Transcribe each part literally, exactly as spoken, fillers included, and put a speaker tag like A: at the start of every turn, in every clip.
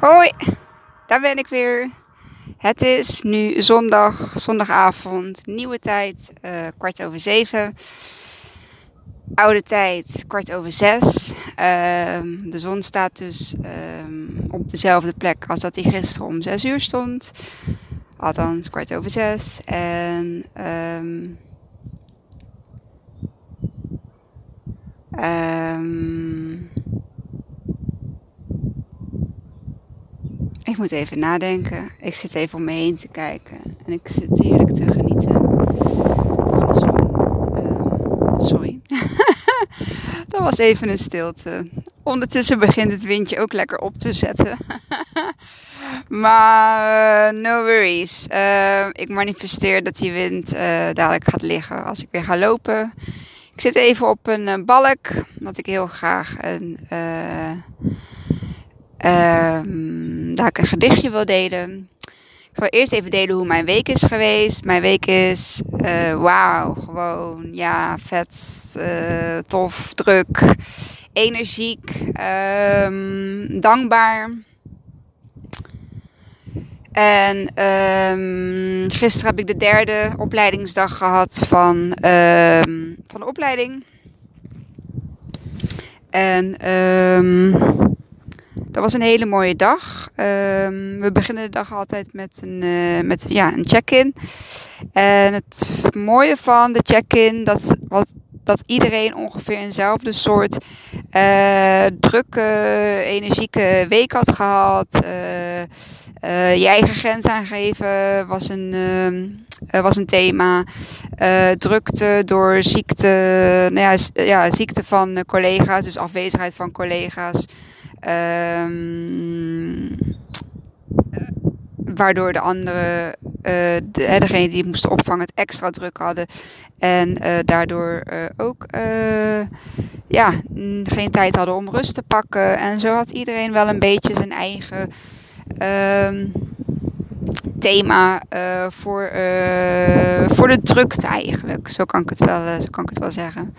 A: Hoi, daar ben ik weer. Het is nu zondag, zondagavond, nieuwe tijd, uh, kwart over zeven. Oude tijd, kwart over zes. Uh, de zon staat dus uh, op dezelfde plek als dat hij gisteren om zes uur stond. Althans, kwart over zes. En um, um, ik moet even nadenken. Ik zit even om me heen te kijken. En ik zit heerlijk te genieten van de zon. Um, sorry. Dat was even een stilte. Ondertussen begint het windje ook lekker op te zetten. Maar uh, no worries. Uh, ik manifesteer dat die wind uh, dadelijk gaat liggen als ik weer ga lopen. Ik zit even op een uh, balk. Dat ik heel graag een... Uh, Uh, dat ik een gedichtje wil delen. Ik zal eerst even delen hoe mijn week is geweest. Mijn week is uh, wauw, gewoon ja, vet, uh, tof, druk, energiek, um, dankbaar. En um, gisteren heb ik de derde opleidingsdag gehad van, um, van de opleiding. En um, dat was een hele mooie dag. Um, we beginnen de dag altijd met een, uh, met, ja, een check-in. En het mooie van de check-in, dat, wat, dat iedereen ongeveer eenzelfde soort uh, drukke, energieke week had gehad. Uh, uh, je eigen grens aangeven was een, uh, was een thema. Uh, drukte door ziekte, nou ja, ja, ziekte van collega's, dus afwezigheid van collega's. Um, waardoor de anderen, uh, de, degene die het moesten opvangen, het extra druk hadden. En uh, daardoor uh, ook uh, ja, geen tijd hadden om rust te pakken. En zo had iedereen wel een beetje zijn eigen uh, thema uh, voor, uh, voor de drukte eigenlijk. Zo kan ik het wel, uh, zo kan ik het wel zeggen.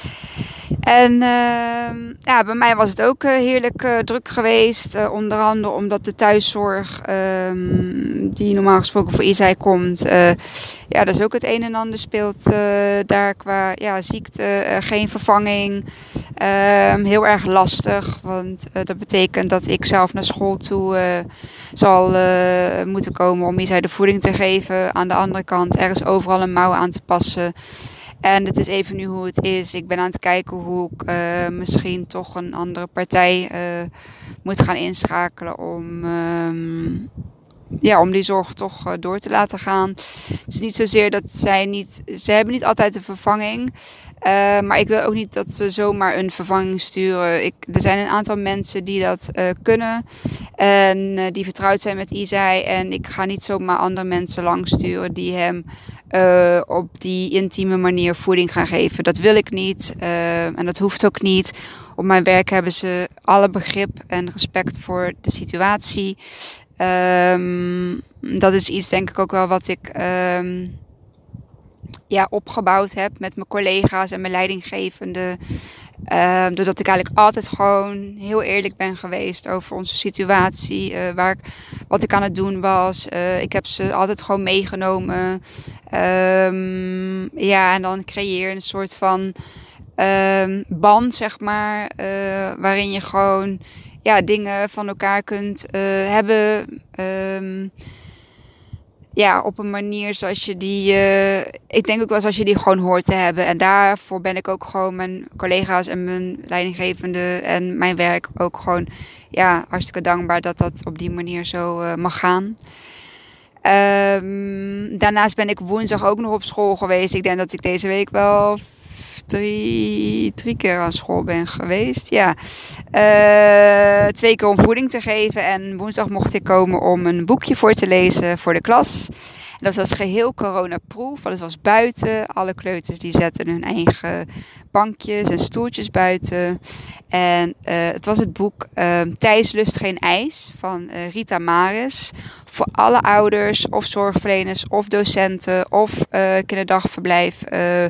A: En uh, ja, bij mij was het ook uh, heerlijk uh, druk geweest. Uh, onder andere omdat de thuiszorg, um, die normaal gesproken voor Isai komt, uh, ja, dat is ook het een en ander speelt uh, daar qua ja, ziekte, uh, geen vervanging. Uh, heel erg lastig, want uh, dat betekent dat ik zelf naar school toe uh, zal uh, moeten komen om Isai de voeding te geven. Aan de andere kant, er is overal een mouw aan te passen. En het is even nu hoe het is. Ik ben aan het kijken hoe ik uh, misschien toch een andere partij uh, moet gaan inschakelen om, um, ja, om die zorg toch uh, door te laten gaan. Het is niet zozeer dat zij niet... Ze hebben niet altijd een vervanging. Uh, maar ik wil ook niet dat ze zomaar een vervanging sturen. Ik, er zijn een aantal mensen die dat uh, kunnen. En uh, die vertrouwd zijn met Isai. En ik ga niet zomaar andere mensen langsturen die hem uh, op die intieme manier voeding gaan geven. Dat wil ik niet. Uh, en dat hoeft ook niet. Op mijn werk hebben ze alle begrip en respect voor de situatie. Um, dat is iets denk ik ook wel wat ik... Um, Ja, opgebouwd heb met mijn collega's en mijn leidinggevende. Uh, doordat ik eigenlijk altijd gewoon heel eerlijk ben geweest over onze situatie. Uh, waar ik, wat ik aan het doen was. Uh, ik heb ze altijd gewoon meegenomen. Um, ja, en dan creëer een soort van um, band, zeg maar. Uh, waarin je gewoon ja, dingen van elkaar kunt uh, hebben. Um, Ja, op een manier zoals je die... Uh, ik denk ook wel zoals je die gewoon hoort te hebben. En daarvoor ben ik ook gewoon mijn collega's en mijn leidinggevende en mijn werk ook gewoon ja, hartstikke dankbaar dat dat op die manier zo uh, mag gaan. Um, daarnaast ben ik woensdag ook nog op school geweest. Ik denk dat ik deze week wel drie, drie keer aan school ben geweest. Ja, uh, twee keer om voeding te geven. En woensdag mocht ik komen om een boekje voor te lezen voor de klas. En dat was geheel coronaproof, want het was buiten. Alle kleuters die zetten hun eigen bankjes en stoeltjes buiten. En uh, het was het boek uh, Thijs lust geen ijs van uh, Rita Maris. Voor alle ouders of zorgverleners of docenten of uh, kinderdagverblijf, uh,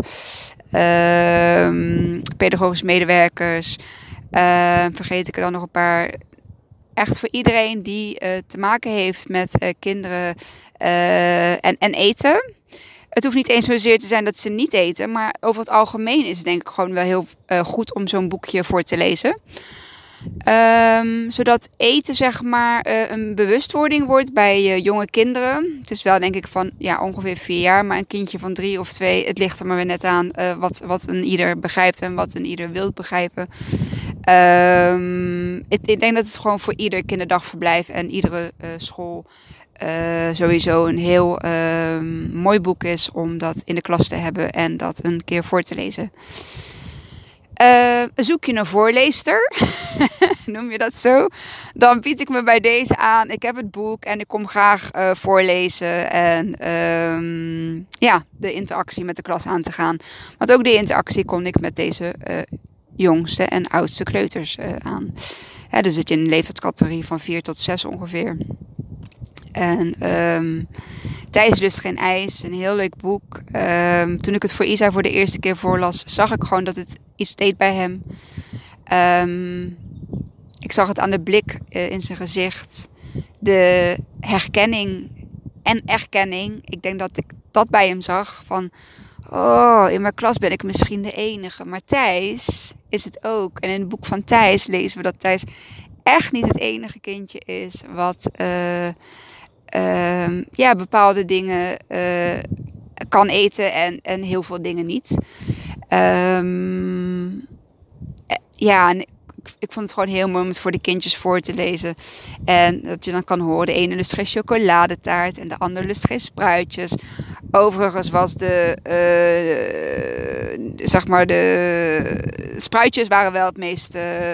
A: uh, pedagogisch medewerkers. Uh, vergeet ik er dan nog een paar... echt voor iedereen die uh, te maken heeft met uh, kinderen uh, en, en eten. Het hoeft niet eens zozeer te zijn dat ze niet eten, maar over het algemeen is het denk ik gewoon wel heel uh, goed om zo'n boekje voor te lezen. Um, zodat eten zeg maar uh, een bewustwording wordt bij uh, jonge kinderen. Het is wel denk ik van ja, ongeveer vier jaar, maar een kindje van drie of twee, het ligt er maar weer net aan uh, wat, wat een ieder begrijpt en wat een ieder wil begrijpen. Um, ik, ik denk dat het gewoon voor ieder kinderdagverblijf en iedere uh, school uh, sowieso een heel uh, mooi boek is om dat in de klas te hebben en dat een keer voor te lezen. Uh, zoek je een voorleester, noem je dat zo, dan bied ik me bij deze aan. Ik heb het boek en ik kom graag uh, voorlezen en um, ja, de interactie met de klas aan te gaan. Want ook die interactie kon ik met deze uh, jongste en oudste kleuters uh, aan. Ja, dus zit je in een leeftijdscategorie van vier tot zes ongeveer. En um, Thijs lust geen ijs, een heel leuk boek. Um, toen ik het voor Isa voor de eerste keer voorlas, zag ik gewoon dat het iets deed bij hem. Um, ik zag het aan de blik uh, in zijn gezicht. De herkenning en erkenning. Ik denk dat ik dat bij hem zag. Van, oh, in mijn klas ben ik misschien de enige. Maar Thijs is het ook. En in het boek van Thijs lezen we dat Thijs echt niet het enige kindje is wat Uh, Uh, ja, bepaalde dingen uh, kan eten en, en heel veel dingen niet. Um, ja, en ik, ik vond het gewoon heel mooi om het voor de kindjes voor te lezen. En dat je dan kan horen, de ene lust geen chocoladetaart en de andere lust geen spruitjes. Overigens was de, uh, zeg maar, de spruitjes waren wel het meest uh,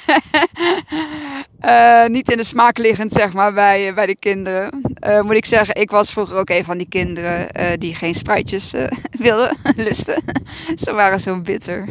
A: uh, niet in de smaak liggend, zeg maar, bij, uh, bij de kinderen. Uh, moet ik zeggen, ik was vroeger ook een van die kinderen uh, die geen spruitjes uh, wilden lusten. Ze waren zo bitter.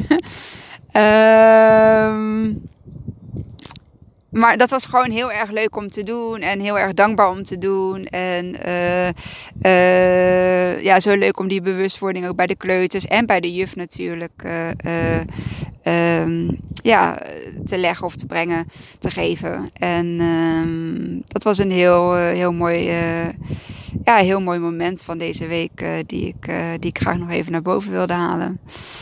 A: um, Maar dat was gewoon heel erg leuk om te doen en heel erg dankbaar om te doen. En uh, uh, ja, zo leuk om die bewustwording ook bij de kleuters en bij de juf natuurlijk uh, uh, um, ja, te leggen of te brengen, te geven. En um, dat was een heel, uh, heel, mooi, uh, ja, heel mooi moment van deze week uh, die, ik, uh, die ik graag nog even naar boven wilde halen.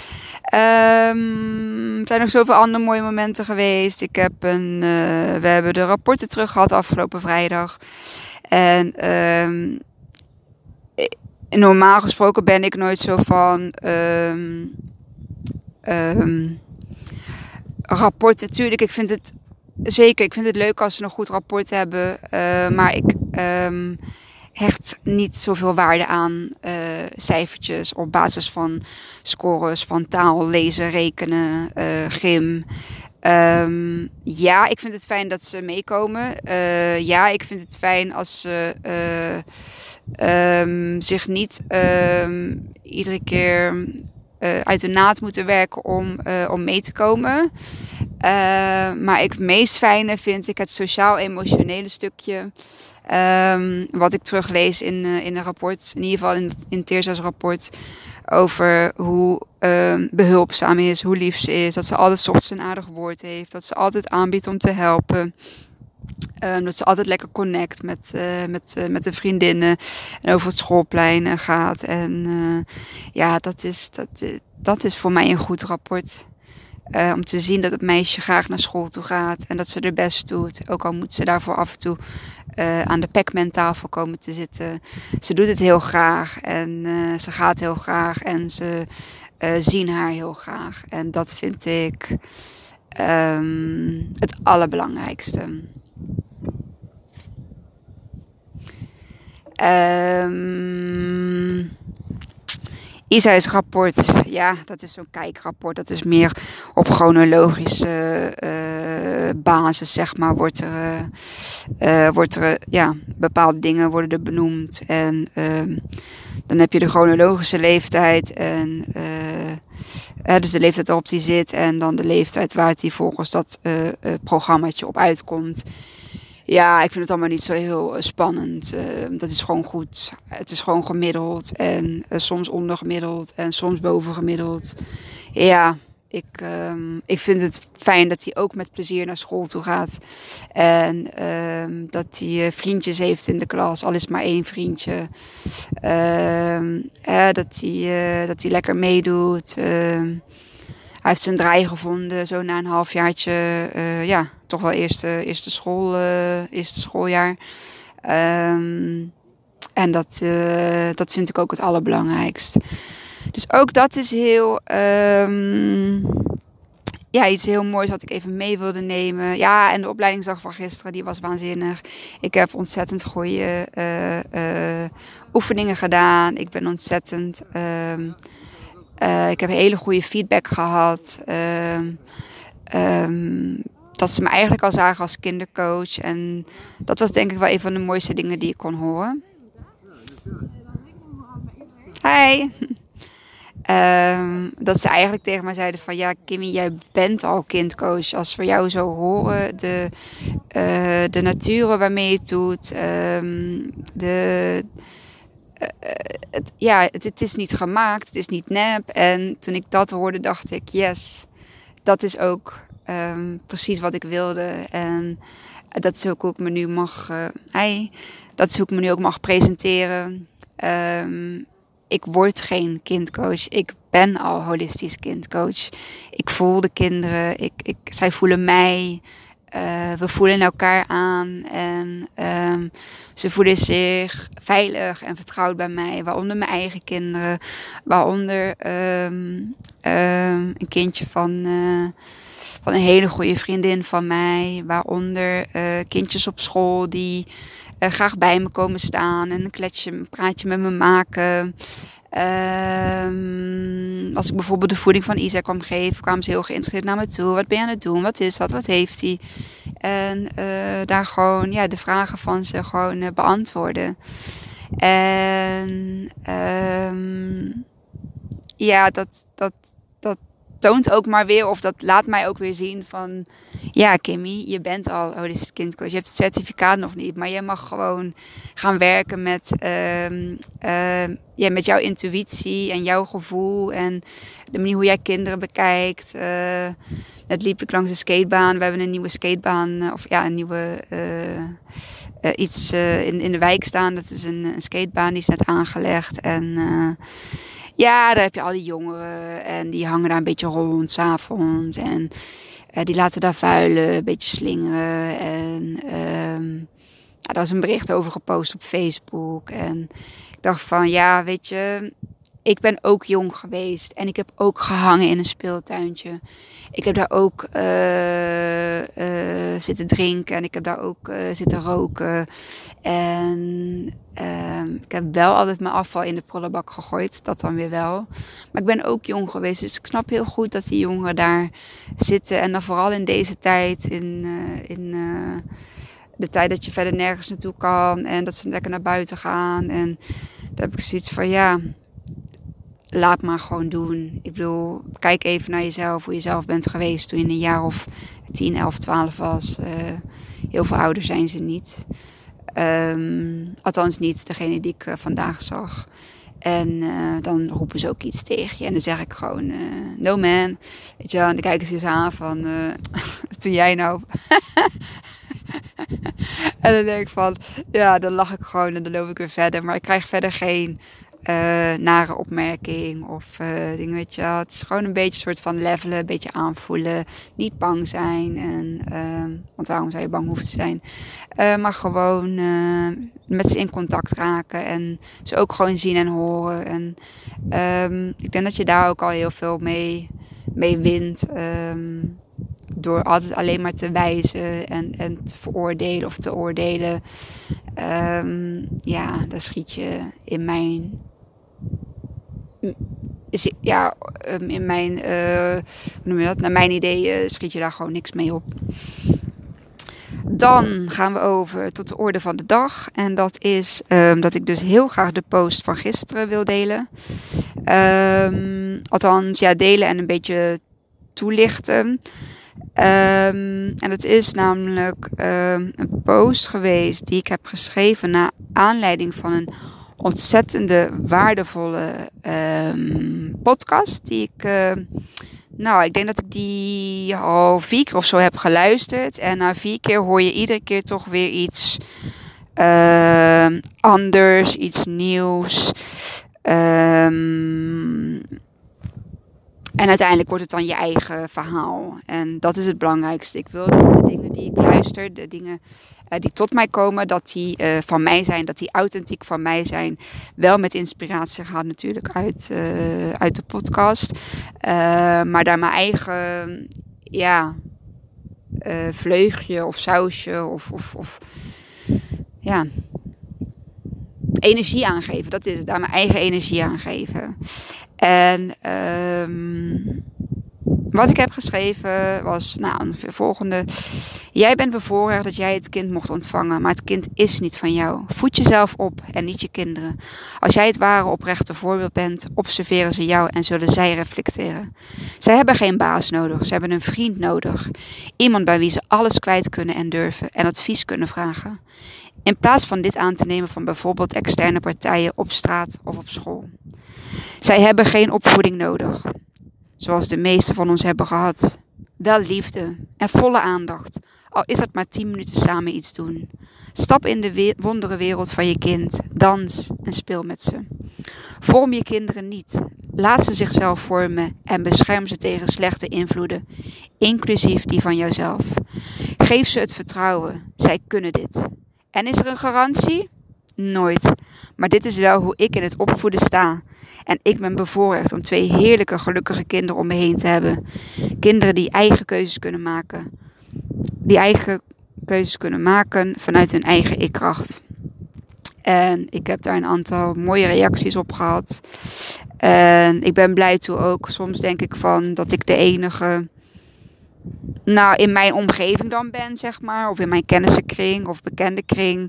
A: Um, er zijn nog zoveel andere mooie momenten geweest. Ik heb een, uh, we hebben de rapporten terug gehad afgelopen vrijdag. En um, normaal gesproken ben ik nooit zo van um, um, rapporten. Tuurlijk, ik vind het zeker. Ik vind het leuk als ze een goed rapport hebben. Uh, maar ik Um, hecht niet zoveel waarde aan uh, cijfertjes op basis van scores van taal, lezen, rekenen, uh, gym. Um, ja, ik vind het fijn dat ze meekomen. Uh, ja, ik vind het fijn als ze uh, um, zich niet um, iedere keer uh, uit de naad moeten werken om, uh, om mee te komen. Uh, maar ik, het meest fijne vind ik het sociaal-emotionele stukje. Um, wat ik teruglees in, uh, in een rapport, in ieder geval in, in Teersa's rapport, over hoe um, behulpzaam is, hoe lief ze is, dat ze altijd 's ochtends een aardig woord heeft, dat ze altijd aanbiedt om te helpen. Um, dat ze altijd lekker connect met, uh, met, uh, met de vriendinnen en over het schoolplein uh, gaat. En uh, ja, dat is, dat, uh, dat is voor mij een goed rapport. Uh, om te zien dat het meisje graag naar school toe gaat en dat ze haar best doet. Ook al moet ze daarvoor af en toe uh, aan de Pac-Man-tafel komen te zitten. Ze doet het heel graag en uh, ze gaat heel graag en ze uh, zien haar heel graag. En dat vind ik um, het allerbelangrijkste. Um, Isa's rapport, ja, dat is zo'n kijkrapport. Dat is meer op chronologische uh, basis, zeg maar. Wordt er, uh, uh, wordt er, ja, bepaalde dingen worden er benoemd. En uh, dan heb je de chronologische leeftijd. En uh, uh, dus de leeftijd waarop die zit. En dan de leeftijd waar die volgens dat uh, uh, programmaatje op uitkomt. Ja, ik vind het allemaal niet zo heel uh, spannend. Uh, dat is gewoon goed. Het is gewoon gemiddeld. En uh, soms ondergemiddeld. En soms bovengemiddeld. Ja, Ik, um, ik vind het fijn dat hij ook met plezier naar school toe gaat. En um, dat hij uh, vriendjes heeft in de klas. Al is maar één vriendje. Um, eh, dat, hij, uh, dat hij lekker meedoet. Um, hij heeft zijn draai gevonden. Zo na een halfjaartje. Uh, ja, toch wel eerste, eerste, school, uh, eerste schooljaar. Um, en dat, uh, dat vind ik ook het allerbelangrijkst. Dus ook dat is heel, um, ja, iets heel moois wat ik even mee wilde nemen. Ja, en de opleidingsdag van gisteren, die was waanzinnig. Ik heb ontzettend goede uh, uh, oefeningen gedaan. Ik ben ontzettend, um, uh, ik heb hele goede feedback gehad. Um, um, dat ze me eigenlijk al zagen als kindercoach. En dat was denk ik wel een van de mooiste dingen die ik kon horen. Hi! Um, dat ze eigenlijk tegen mij zeiden van ja, Kimmy, jij bent al kindcoach. Als we jou zo horen, de, uh, de naturen waarmee je het doet, um, de, uh, het, ja, het, het is niet gemaakt, het is niet nep. En toen ik dat hoorde, dacht ik, yes, dat is ook um, precies wat ik wilde. En dat is ook hoe ik me nu mag, uh, hey, dat is hoe ik me nu ook mag presenteren. Um, Ik word geen kindcoach. Ik ben al holistisch kindcoach. Ik voel de kinderen. Ik, ik, zij voelen mij. Uh, we voelen elkaar aan. En um, ze voelen zich veilig en vertrouwd bij mij. Waaronder mijn eigen kinderen. Waaronder um, um, een kindje van, uh, van een hele goede vriendin van mij. Waaronder uh, kindjes op school die Uh, graag bij me komen staan en een kletsje, een praatje met me maken. Um, als ik bijvoorbeeld de voeding van Isaac kwam geven, kwamen ze heel geïnteresseerd naar me toe. Wat ben je aan het doen? Wat is dat? Wat heeft hij? En uh, daar gewoon ja, de vragen van ze gewoon uh, beantwoorden. En um, ja, dat, dat, dat toont ook maar weer, of dat laat mij ook weer zien van, ja Kimmy, je bent al holistisch kindcoach. Je hebt het certificaat nog niet, maar je mag gewoon gaan werken met, uh, uh, ja, met jouw intuïtie en jouw gevoel en de manier hoe jij kinderen bekijkt. Uh, net liep ik langs de skatebaan. We hebben een nieuwe skatebaan, of ja, een nieuwe uh, uh, iets uh, in, in de wijk staan. Dat is een, een skatebaan, die is net aangelegd en Uh, ja, daar heb je al die jongeren en die hangen daar een beetje rond 's avonds. En uh, die laten daar vuilen, een beetje slingeren. En um, nou, daar was een bericht over gepost op Facebook. En ik dacht van, ja, weet je, ik ben ook jong geweest. En ik heb ook gehangen in een speeltuintje. Ik heb daar ook uh, uh, zitten drinken. En ik heb daar ook uh, zitten roken. En uh, ik heb wel altijd mijn afval in de prullenbak gegooid. Dat dan weer wel. Maar ik ben ook jong geweest. Dus ik snap heel goed dat die jongeren daar zitten. En dan vooral in deze tijd. In, uh, in uh, de tijd dat je verder nergens naartoe kan. En dat ze lekker naar buiten gaan. En daar heb ik zoiets van, ja, laat maar gewoon doen. Ik bedoel, kijk even naar jezelf, hoe je zelf bent geweest toen je een jaar of tien, elf, twaalf was. Uh, heel veel ouder zijn ze niet. Um, althans niet degene die ik uh, vandaag zag. En uh, dan roepen ze ook iets tegen je. En dan zeg ik gewoon, uh, no man. Weet je wel, en dan kijken ze eens aan van, uh, wat doe jij nou? En dan denk ik van, ja, dan lach ik gewoon en dan loop ik weer verder. Maar ik krijg verder geen Uh, nare opmerking of uh, dingen, weet je wel. Het is gewoon een beetje een soort van levelen, een beetje aanvoelen, niet bang zijn. En, uh, want waarom zou je bang hoeven te zijn? Uh, maar gewoon uh, met ze in contact raken en ze ook gewoon zien en horen. En um, ik denk dat je daar ook al heel veel mee, mee wint. Um, door altijd alleen maar te wijzen en, en te veroordelen of te oordelen. Um, ja, daar schiet je in mijn ja, in mijn, uh, hoe noem je dat? Naar mijn idee uh, schiet je daar gewoon niks mee op. Dan gaan we over tot de orde van de dag. En dat is um, dat ik dus heel graag de post van gisteren wil delen. Um, althans, ja, delen en een beetje toelichten. Um, en het is namelijk um, een post geweest die ik heb geschreven naar aanleiding van een ontzettende waardevolle um, podcast die ik uh, Nou, ik denk dat ik die al vier keer of zo heb geluisterd. En na vier keer hoor je iedere keer toch weer iets uh, anders, iets nieuws. Um, en uiteindelijk wordt het dan je eigen verhaal. En dat is het belangrijkste. Ik wil dat de dingen die ik luister, de dingen uh, die tot mij komen, dat die uh, van mij zijn, dat die authentiek van mij zijn. Wel met inspiratie gaat natuurlijk uit, uh, uit de podcast. Uh, maar daar mijn eigen ja, uh, vleugje of sausje of, of, of ja, energie aangeven. Dat is het, daar mijn eigen energie aangeven. En um, wat ik heb geschreven was, nou, de volgende. Jij bent bevoorrecht dat jij het kind mocht ontvangen, maar het kind is niet van jou. Voed jezelf op en niet je kinderen. Als jij het ware oprechte voorbeeld bent, observeren ze jou en zullen zij reflecteren. Zij hebben geen baas nodig, ze hebben een vriend nodig. Iemand bij wie ze alles kwijt kunnen en durven en advies kunnen vragen. In plaats van dit aan te nemen van bijvoorbeeld externe partijen op straat of op school. Zij hebben geen opvoeding nodig, zoals de meesten van ons hebben gehad. Wel liefde en volle aandacht, al is dat maar tien minuten samen iets doen. Stap in de we- wonderenwereld van je kind, dans en speel met ze. Vorm je kinderen niet, laat ze zichzelf vormen en bescherm ze tegen slechte invloeden, inclusief die van jouzelf. Geef ze het vertrouwen, zij kunnen dit. En is er een garantie? Nooit. Maar dit is wel hoe ik in het opvoeden sta. En ik ben bevoorrecht om twee heerlijke, gelukkige kinderen om me heen te hebben. Kinderen die eigen keuzes kunnen maken. Die eigen keuzes kunnen maken vanuit hun eigen ikkracht. En ik heb daar een aantal mooie reacties op gehad. En ik ben blij toe ook. Soms denk ik van dat ik de enige... Nou, in mijn omgeving dan ben, zeg maar. Of in mijn kennissenkring of bekende kring.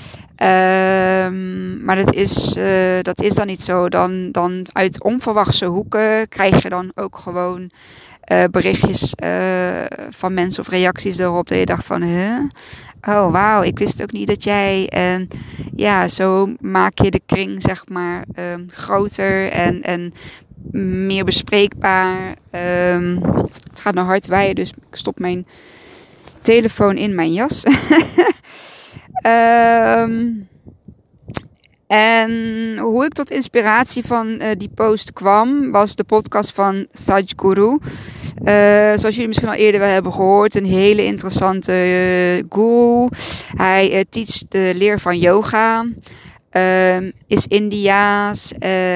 A: Um, maar dat is, uh, dat is dan niet zo. Dan, dan uit onverwachte hoeken krijg je dan ook gewoon uh, berichtjes uh, van mensen of reacties erop. Dat je dacht van, huh? Oh, wauw, ik wist ook niet dat jij... En ja, zo maak je de kring, zeg maar, um, groter en... en meer bespreekbaar. Um, het gaat nou hard waaien, dus ik stop mijn telefoon in mijn jas. um, en hoe ik tot inspiratie van uh, die post kwam, was de podcast van Sadhguru. Uh, zoals jullie misschien al eerder wel hebben gehoord, een hele interessante uh, guru. Hij uh, teacht de leer van yoga. Um, is Indiaas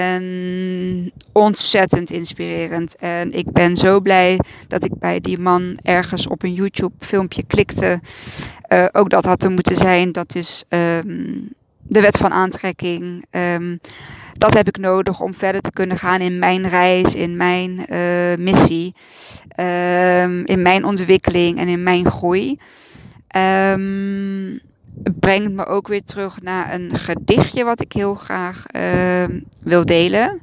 A: en ontzettend inspirerend. En ik ben zo blij dat ik bij die man ergens op een YouTube filmpje klikte. Uh, ook dat had er moeten zijn. Dat is um, de wet van aantrekking. Um, dat heb ik nodig om verder te kunnen gaan in mijn reis, in mijn uh, missie. Um, in mijn ontwikkeling en in mijn groei. Um, brengt me ook weer terug naar een gedichtje wat ik heel graag uh, wil delen.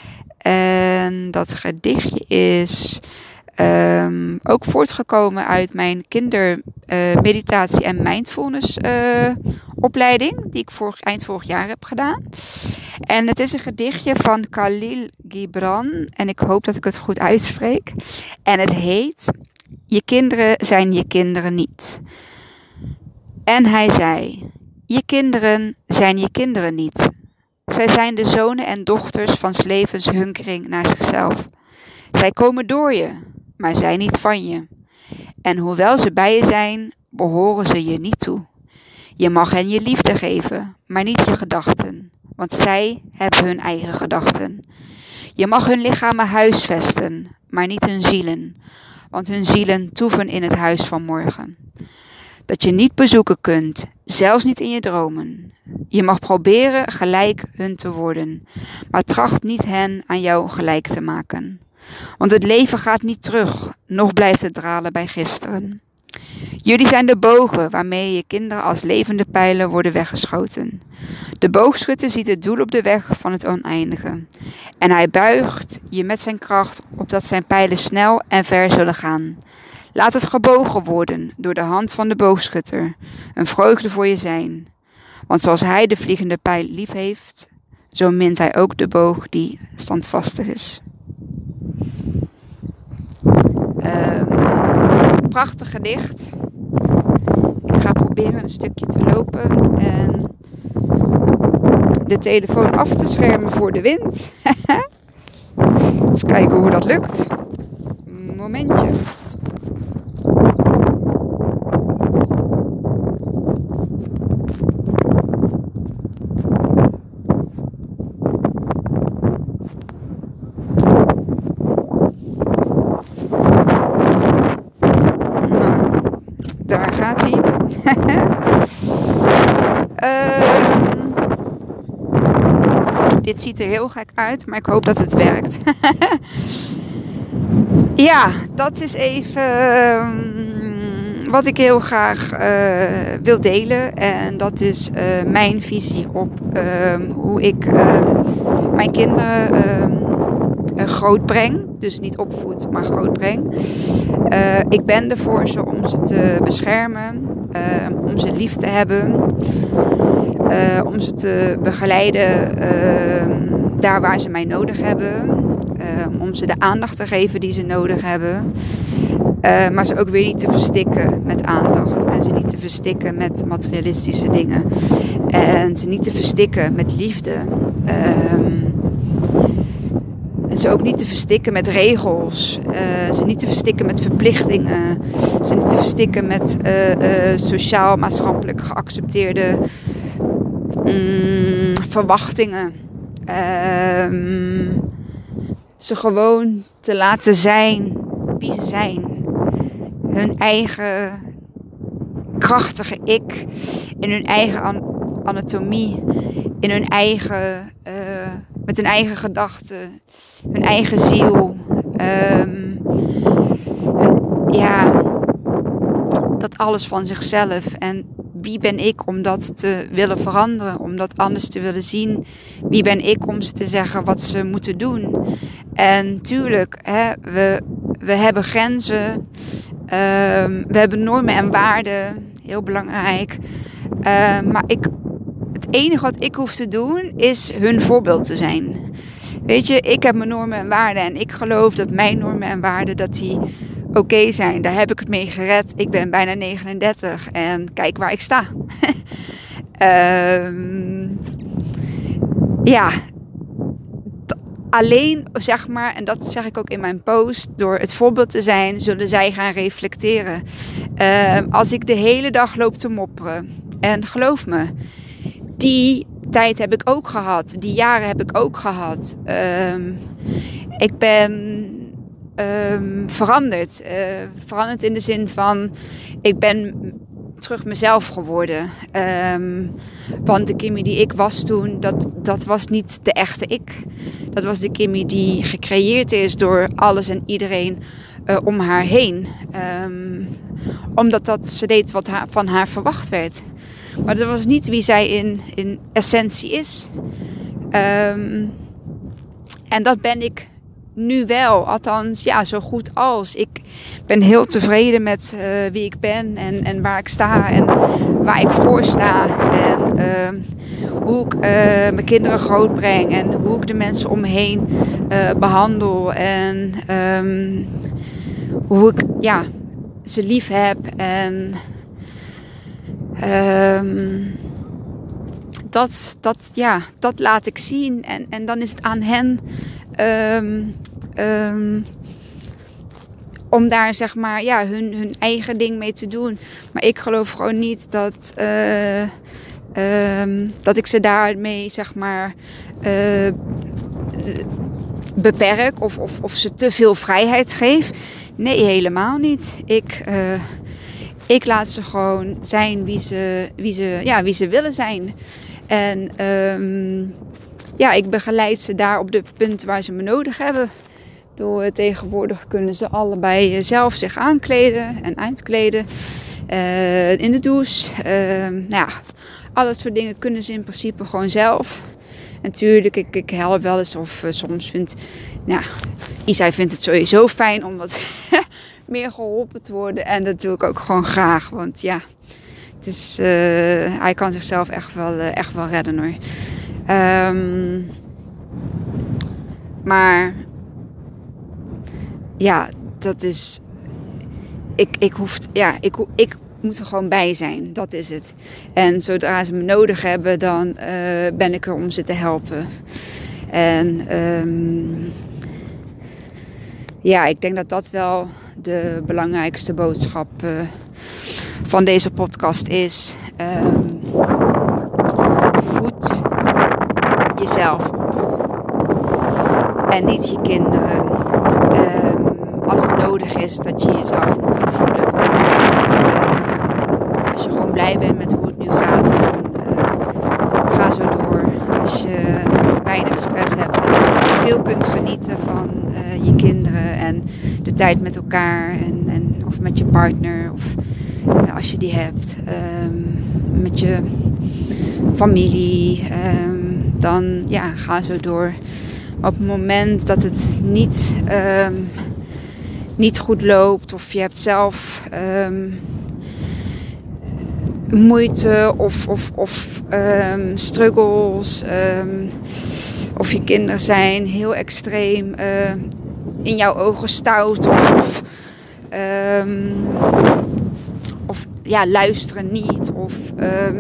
A: En dat gedichtje is um, ook voortgekomen uit mijn kindermeditatie uh, en mindfulness uh, opleiding, die ik vorig, eind vorig jaar heb gedaan. En het is een gedichtje van Khalil Gibran en ik hoop dat ik het goed uitspreek. En het heet: Je kinderen zijn je kinderen niet. En hij zei: Je kinderen zijn je kinderen niet. Zij zijn de zonen en dochters van 's levens hunkering naar zichzelf. Zij komen door je, maar zijn niet van je. En hoewel ze bij je zijn, behoren ze je niet toe. Je mag hen je liefde geven, maar niet je gedachten, want zij hebben hun eigen gedachten. Je mag hun lichamen huisvesten, maar niet hun zielen, want hun zielen toeven in het huis van morgen. Dat je niet bezoeken kunt, zelfs niet in je dromen. Je mag proberen gelijk hun te worden, maar tracht niet hen aan jou gelijk te maken. Want het leven gaat niet terug, noch blijft het dralen bij gisteren. Jullie zijn de bogen waarmee je kinderen als levende pijlen worden weggeschoten. De boogschutter ziet het doel op de weg van het oneindige. En hij buigt je met zijn kracht opdat zijn pijlen snel en ver zullen gaan. Laat het gebogen worden door de hand van de boogschutter, een vreugde voor je zijn. Want zoals hij de vliegende pijl lief heeft, zo mint hij ook de boog die standvastig is. Um, prachtig gedicht. Ik ga proberen een stukje te lopen en de telefoon af te schermen voor de wind. Eens kijken hoe dat lukt. Momentje. Nou, daar gaat hij. um, dit ziet er heel gek uit, maar ik hoop dat het werkt. Ja, dat is even um, wat ik heel graag uh, wil delen. En dat is uh, mijn visie op um, hoe ik uh, mijn kinderen um, uh, grootbreng. Dus niet opvoed, maar grootbreng. Uh, ik ben er voor ze om ze te beschermen. Uh, om ze lief te hebben. Uh, om ze te begeleiden uh, daar waar ze mij nodig hebben. Uh, om ze de aandacht te geven die ze nodig hebben. Uh, maar ze ook weer niet te verstikken met aandacht. En ze niet te verstikken met materialistische dingen. En ze niet te verstikken met liefde. Um, en ze ook niet te verstikken met regels. Uh, ze niet te verstikken met verplichtingen. Ze niet te verstikken met uh, uh, sociaal-maatschappelijk geaccepteerde um, verwachtingen. Um, ze gewoon te laten zijn wie ze zijn. Hun eigen krachtige ik. In hun eigen an- anatomie. In hun eigen... Uh, met hun eigen gedachten. Hun eigen ziel. Um, hun, ja... Dat alles van zichzelf. En wie ben ik om dat te willen veranderen? Om dat anders te willen zien? Wie ben ik om ze te zeggen wat ze moeten doen? En tuurlijk, hè, we, we hebben grenzen. Um, we hebben normen en waarden. Heel belangrijk. Uh, maar ik, het enige wat ik hoef te doen is hun voorbeeld te zijn. Weet je, ik heb mijn normen en waarden. En ik geloof dat mijn normen en waarden, dat die oké okay zijn. Daar heb ik het mee gered. Ik ben bijna negenendertig. En kijk waar ik sta. um, ja... Alleen, zeg maar, en dat zeg ik ook in mijn post, door het voorbeeld te zijn, zullen zij gaan reflecteren. Uh, als ik de hele dag loop te mopperen, en geloof me, die tijd heb ik ook gehad, die jaren heb ik ook gehad. Uh, ik ben um, veranderd. Uh, veranderd in de zin van, ik ben terug mezelf geworden. Um, want de Kimmy die ik was toen, dat, dat was niet de echte ik. Dat was de Kimmy die gecreëerd is door alles en iedereen uh, om haar heen. Um, omdat dat ze deed wat haar, van haar verwacht werd. Maar dat was niet wie zij in, in essentie is. Um, en dat ben ik nu wel. Althans, ja, zo goed als. Ik ben heel tevreden met uh, wie ik ben en, en waar ik sta en waar ik voor sta. En uh, hoe ik uh, mijn kinderen grootbreng en hoe ik de mensen om me heen uh, behandel. En um, hoe ik ja, ze lief heb. En um, dat, dat, ja, dat laat ik zien. En, en dan is het aan hen Um, um, om daar zeg maar ja, hun, hun eigen ding mee te doen. Maar ik geloof gewoon niet dat, uh, um, dat ik ze daarmee zeg maar uh, beperk of, of, of ze te veel vrijheid geef. Nee, helemaal niet. Ik, uh, ik laat ze gewoon zijn wie ze, wie ze, ja, wie ze willen zijn. En um, ja, ik begeleid ze daar op de punten waar ze me nodig hebben. Door tegenwoordig kunnen ze allebei zelf zich aankleden en uitkleden. Uh, in de douche. Uh, nou ja, al dat soort dingen kunnen ze in principe gewoon zelf. En natuurlijk, ik, ik help wel eens of uh, soms vindt... Nou, Isai vindt het sowieso fijn om wat meer geholpen te worden. En dat doe ik ook gewoon graag. Want ja, het is, uh, hij kan zichzelf echt wel, uh, echt wel redden hoor. Um, maar ja, dat is ik, ik, hoef, ja, ik, ik moet er gewoon bij zijn. Dat is het. En zodra ze me nodig hebben, dan uh, ben ik er om ze te helpen. En um, ja, ik denk dat dat wel de belangrijkste boodschap uh, van deze podcast is. Um, voed jezelf op. En niet je kinderen. Um, als het nodig is dat je jezelf moet opvoeden. Um, als je gewoon blij bent met hoe het nu gaat, dan uh, ga zo door. Als je weinig stress hebt en veel kunt genieten van uh, je kinderen en de tijd met elkaar en, en, of met je partner of uh, als je die hebt, um, met je familie, um, dan ja, ga zo door. Op het moment dat het niet, um, niet goed loopt of je hebt zelf um, moeite of, of, of um, struggles um, of je kinderen zijn heel extreem uh, in jouw ogen stout of, of, um, of ja, luisteren niet of um,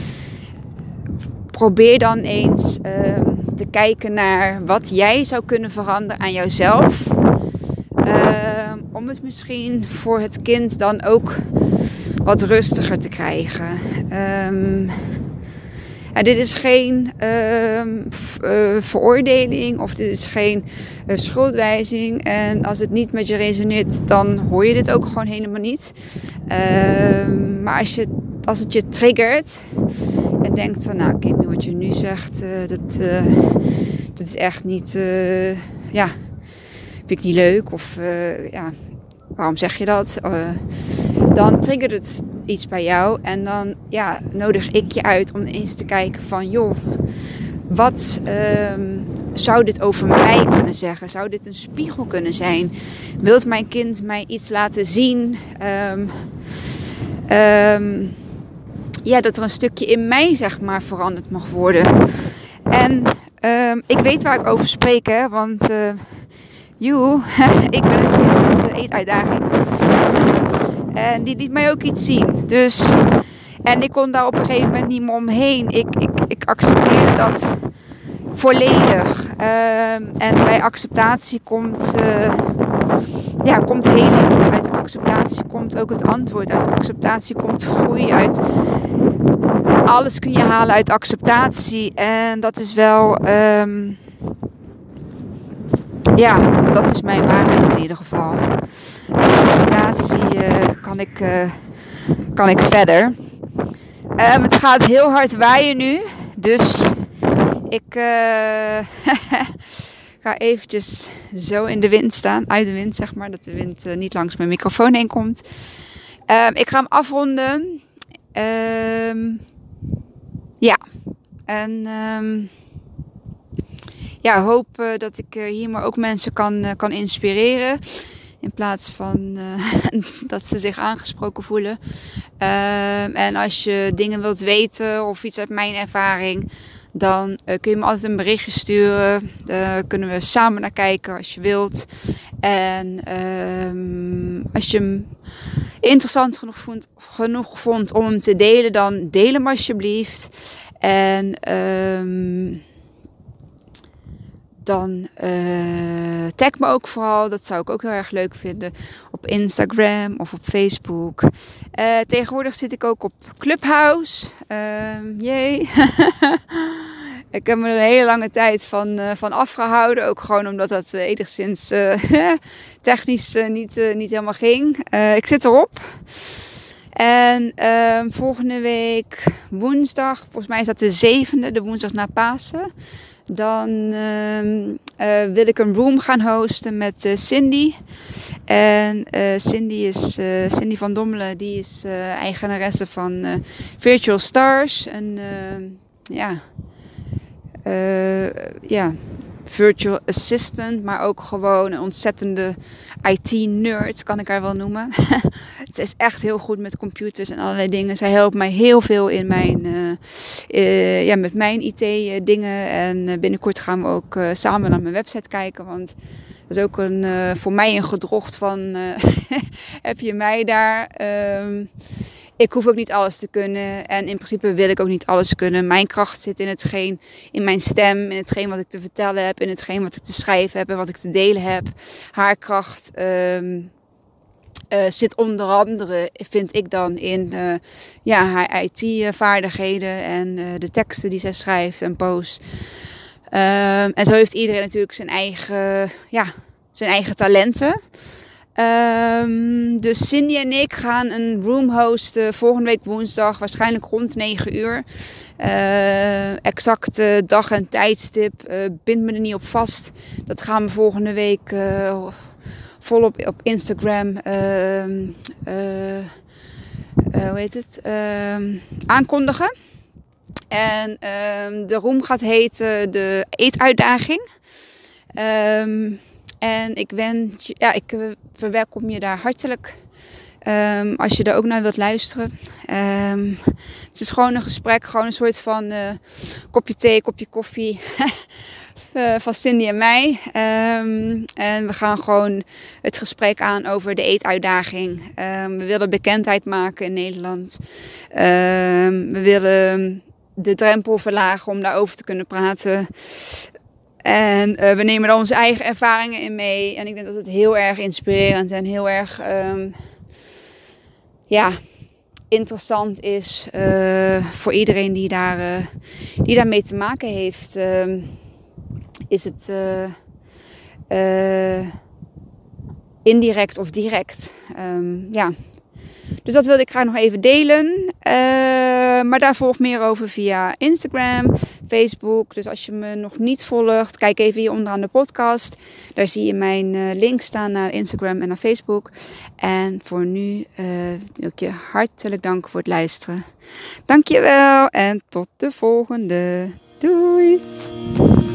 A: probeer dan eens um, te kijken naar wat jij zou kunnen veranderen aan jouzelf. Uh, om het misschien voor het kind dan ook wat rustiger te krijgen. Um, ja, dit is geen uh, uh, veroordeling of dit is geen uh, schuldwijzing. En als het niet met je resoneert, dan hoor je dit ook gewoon helemaal niet. Uh, maar als, je, als het je triggert en denkt van, nou Kimmy, wat je nu zegt, uh, dat, uh, dat is echt niet, uh, ja, vind ik niet leuk. Of uh, ja, waarom zeg je dat? Uh, dan triggert het iets bij jou en dan ja, nodig ik je uit om eens te kijken van, joh, wat um, zou dit over mij kunnen zeggen? Zou dit een spiegel kunnen zijn? Wilt mijn kind mij iets laten zien? Um, um, ja, dat er een stukje in mij, zeg maar, veranderd mag worden. En um, ik weet waar ik over spreek, hè, want uh, joe, ik ben het kind met de eetuitdaging. En die liet mij ook iets zien. Dus, en ik kon daar op een gegeven moment niet meer omheen. Ik, ik, ik accepteerde dat volledig. Uh, en bij acceptatie komt, uh, ja, komt heling. Uit acceptatie komt ook het antwoord. Uit acceptatie komt groei. Uit alles kun je halen uit acceptatie. En dat is wel... Um, ja, dat is mijn waarheid in ieder geval. Met acceptatie uh, kan, ik, uh, kan ik verder. Um, het gaat heel hard waaien nu. Dus ik uh, ga eventjes zo in de wind staan. Uit de wind, zeg maar. Dat de wind uh, niet langs mijn microfoon heen komt. Um, ik ga hem afronden. Um, ja. En... Um, Ja, hoop uh, dat ik uh, hier maar ook mensen kan, uh, kan inspireren. In plaats van uh, dat ze zich aangesproken voelen. Uh, en als je dingen wilt weten of iets uit mijn ervaring, dan uh, kun je me altijd een berichtje sturen. Daar kunnen we samen naar kijken als je wilt. En uh, als je hem interessant genoeg vond, genoeg vond om hem te delen, dan deel hem alsjeblieft. En... Uh, Dan uh, tag me ook vooral. Dat zou ik ook heel erg leuk vinden. Op Instagram of op Facebook. Uh, tegenwoordig zit ik ook op Clubhouse. Uh, jee. Ik heb me er een hele lange tijd van, uh, van afgehouden. Ook gewoon omdat dat uh, enigszins uh, technisch uh, niet, uh, niet helemaal ging. Uh, ik zit erop. En uh, volgende week woensdag. Volgens mij is dat de zevende. De woensdag na Pasen. Dan uh, uh, wil ik een room gaan hosten met uh, Cindy. En uh, Cindy is uh, Cindy van Dommelen, die is uh, eigenaresse van uh, Virtual Stars. En uh, ja, uh, ja, virtual assistant, maar ook gewoon een ontzettende I T-nerd, kan ik haar wel noemen. Ze is echt heel goed met computers en allerlei dingen. Zij helpt mij heel veel in mijn, uh, uh, ja, met mijn I T-dingen. En uh, binnenkort gaan we ook uh, samen naar mijn website kijken, want Dat is ook een, uh, voor mij een gedrocht van, uh, heb je mij daar? Um, ik hoef ook niet alles te kunnen. En in principe wil ik ook niet alles kunnen. Mijn kracht zit in hetgeen, in mijn stem, in hetgeen wat ik te vertellen heb, in hetgeen wat ik te schrijven heb en wat ik te delen heb. Haar kracht um, uh, zit onder andere, vind ik dan, in uh, ja, haar I T-vaardigheden en uh, de teksten die zij schrijft en post. Um, en zo heeft iedereen natuurlijk zijn eigen, ja, zijn eigen talenten. Um, dus Cindy en ik gaan een room hosten volgende week woensdag, waarschijnlijk rond negen uur. Uh, exacte dag en tijdstip, uh, bind me er niet op vast. Dat gaan we volgende week uh, volop op Instagram uh, uh, uh, hoe heet het? Uh, aankondigen. En um, de room gaat heten de eetuitdaging. Um, en ik wens, ja, ik uh, verwelkom je daar hartelijk. Um, als je er ook naar wilt luisteren. Um, het is gewoon een gesprek, gewoon een soort van uh, kopje thee, kopje koffie. uh, van Cindy en mij. Um, en we gaan gewoon het gesprek aan over de eetuitdaging. Um, we willen bekendheid maken in Nederland. Um, we willen de drempel verlagen om daarover te kunnen praten. En uh, we nemen er onze eigen ervaringen in mee. En ik denk dat het heel erg inspirerend en heel erg um, ja, interessant is uh, voor iedereen die, daar, uh, die daarmee te maken heeft. Uh, is het uh, uh, indirect of direct. Um, ja. Dus dat wilde ik graag nog even delen. Uh, maar daar volgt meer over via Instagram, Facebook. Dus als je me nog niet volgt, kijk even hier onderaan de podcast. Daar zie je mijn uh, link staan naar Instagram en naar Facebook. En voor nu uh, wil ik je hartelijk danken voor het luisteren. Dankjewel en tot de volgende. Doei!